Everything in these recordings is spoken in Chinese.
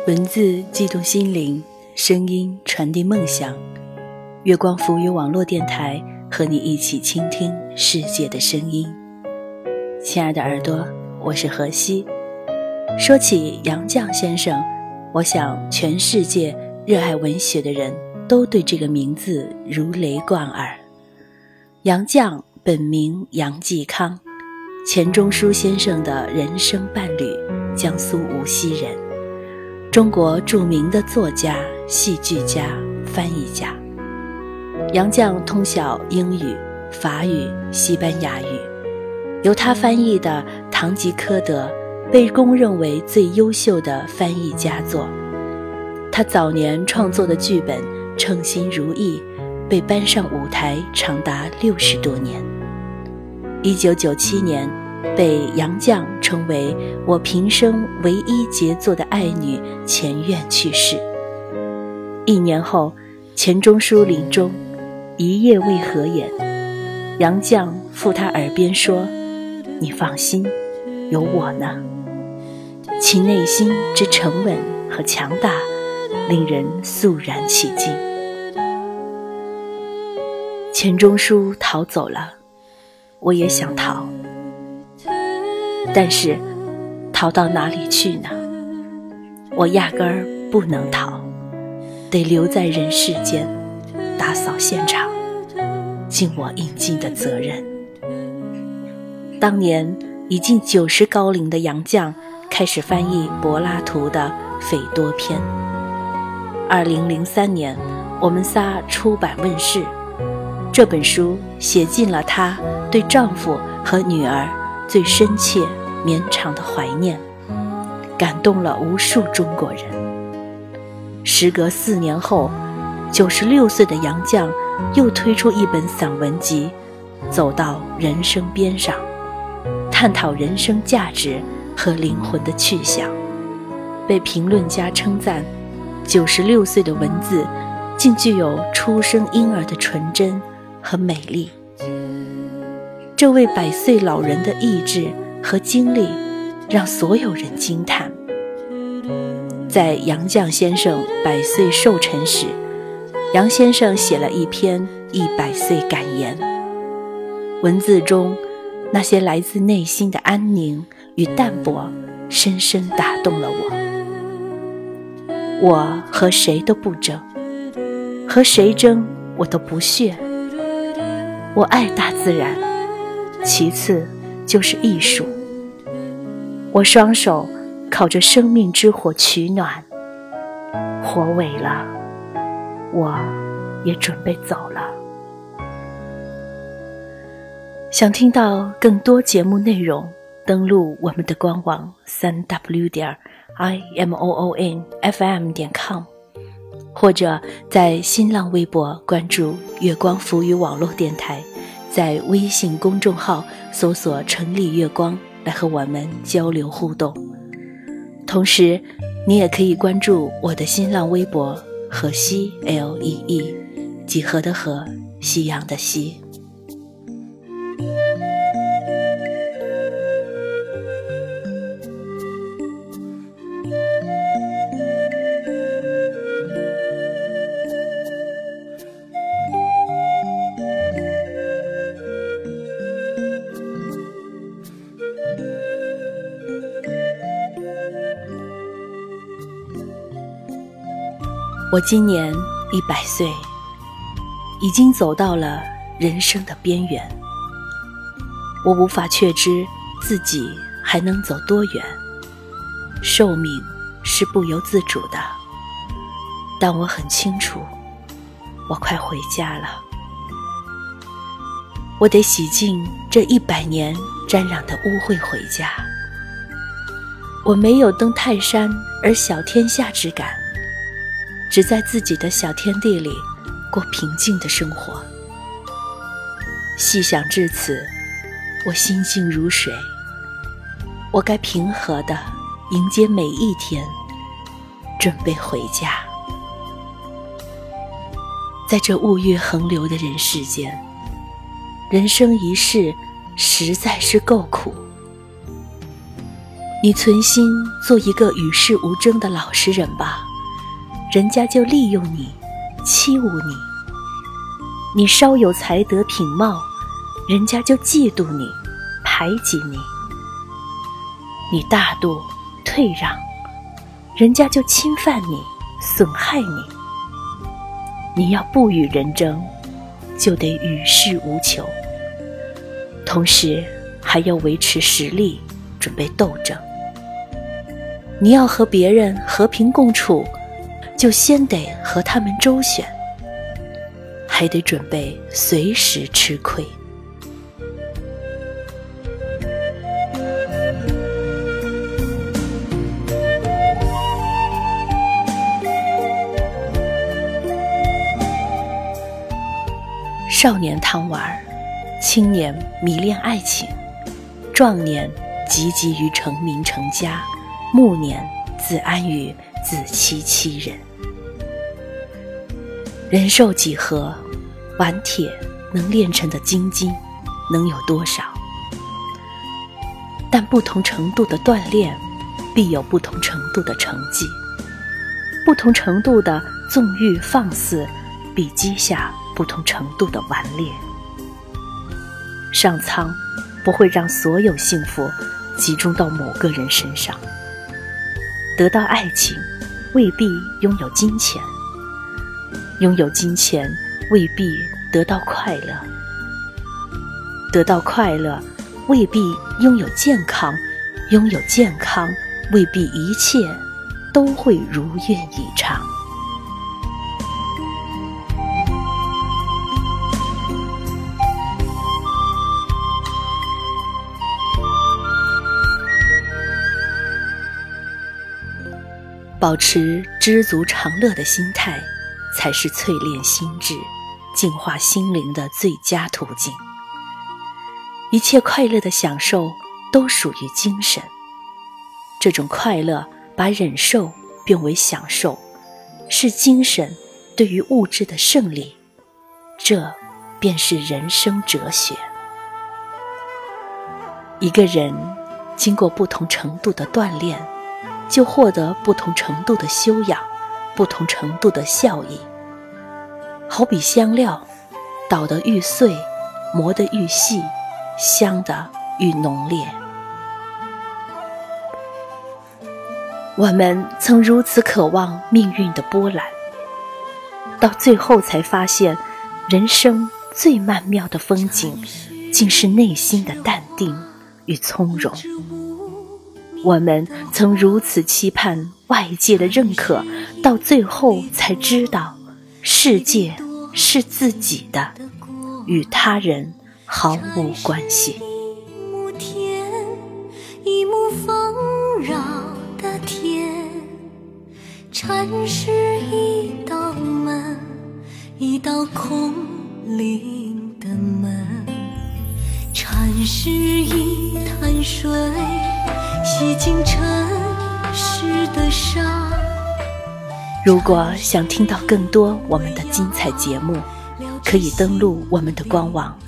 文字激动心灵，声音传递梦想。月光浮语网络电台和你一起倾听世界的声音。亲爱的耳朵，我是何西。说起杨绛先生，我想全世界热爱文学的人都对这个名字如雷贯耳。杨绛本名杨继康，钱钟书先生的人生伴侣，江苏无锡人，中国著名的作家、戏剧家、翻译家。杨绛通晓英语、法语、西班牙语，由他翻译的《堂吉诃德》被公认为最优秀的翻译佳作。他早年创作的剧本《称心如意》被搬上舞台长达60多年。1997年被杨绛称为我平生唯一杰作的爱女钱院去世。1年后，钱钟书临终，一夜未合眼，杨绛附他耳边说：你放心，有我呢。其内心之沉稳和强大，令人肃然起敬。钱钟书逃走了，我也想逃，但是逃到哪里去呢？我压根儿不能逃，得留在人世间，打扫现场，尽我应尽的责任。当年已近90高龄的杨绛开始翻译柏拉图的《斐多篇》。2003年，我们仨出版问世。这本书写尽了她对丈夫和女儿最深切绵长的怀念，感动了无数中国人。时隔4年后，96岁的杨绛又推出一本散文集《走到人生边上》，探讨人生价值和灵魂的去向，被评论家称赞96岁的文字竟具有出生婴儿的纯真和美丽。这位100岁老人的意志和经历让所有人惊叹。在杨绛先生100岁寿辰时，杨先生写了一篇100岁感言，文字中那些来自内心的安宁与淡泊深深打动了我。我和谁都不争，和谁争我都不屑。我爱大自然，其次就是艺术。我双手靠着生命之火取暖，火萎了，我也准备走了。想听到更多节目内容，登录我们的官网 3w.imoonfm.com， 或者在新浪微博关注月光浮语网络电台，在微信公众号搜索城里月光来和我们交流互动。同时你也可以关注我的新浪微博何西 LEE， 几何的何，夕阳的夕。我今年100岁，已经走到了人生的边缘。我无法确知自己还能走多远，寿命是不由自主的，但我很清楚，我快回家了。我得洗净这100年沾染的污秽回家。我没有登泰山而小天下之感，只在自己的小天地里过平静的生活。细想至此，我心静如水。我该平和地迎接每一天，准备回家。在这物欲横流的人世间，人生一世实在是够苦。 你存心做一个与世无争的老实人吧，人家就利用你，欺侮你；你稍有才德品貌，人家就嫉妒你，排挤你；你大度退让，人家就侵犯你，损害你。你要不与人争，就得与世无求，同时还要维持实力，准备斗争。你要和别人和平共处，就先得和他们周旋，还得准备随时吃亏。少年贪玩，青年迷恋爱情，壮年汲汲于成名成家，暮年自安于自欺欺人。人寿几何，顽铁能炼成的精金能有多少？但不同程度的锻炼，必有不同程度的成绩；不同程度的纵欲放肆，必积下不同程度的顽劣。上苍不会让所有幸福集中到某个人身上。得到爱情，未必拥有金钱；拥有金钱，未必得到快乐；得到快乐，未必拥有健康；拥有健康，未必一切都会如愿以偿。保持知足常乐的心态，才是淬炼心智、净化心灵的最佳途径。一切快乐的享受都属于精神，这种快乐把忍受变为享受，是精神对于物质的胜利，这便是人生哲学。一个人经过不同程度的锻炼，就获得不同程度的修养，不同程度的效益。好比香料，捣得愈碎，磨得愈细，香得愈浓烈。我们曾如此渴望命运的波澜，到最后才发现，人生最曼妙的风景，竟是内心的淡定与从容。我们曾如此期盼外界的认可，到最后才知道，世界是自己的，与他人毫无关系。 一亩田，一亩丰饶的田，禅是一道门，一道空灵的门，禅是一潭水，洗净尘世的沙。 如果想听到更多我们的精彩节目，可以登录我们的官网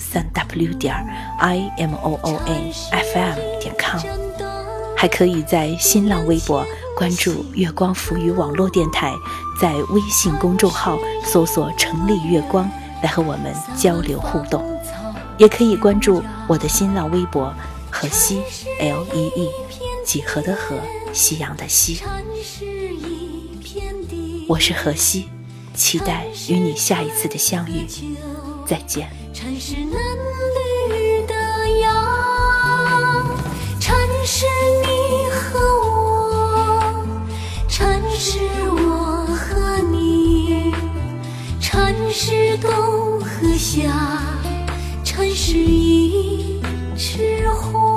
3w.imoonfm.com， 还可以在新浪微博关注月光浮语网络电台，在微信公众号搜索成立月光来和我们交流互动，也可以关注我的新浪微博荷西 LEE， 几何的何，夕阳的夕。我是荷西，期待与你下一次的相遇，再见。 禅是嫩绿的芽，禅是你和我，禅是我和你，禅是冬和夏，禅是一枝花。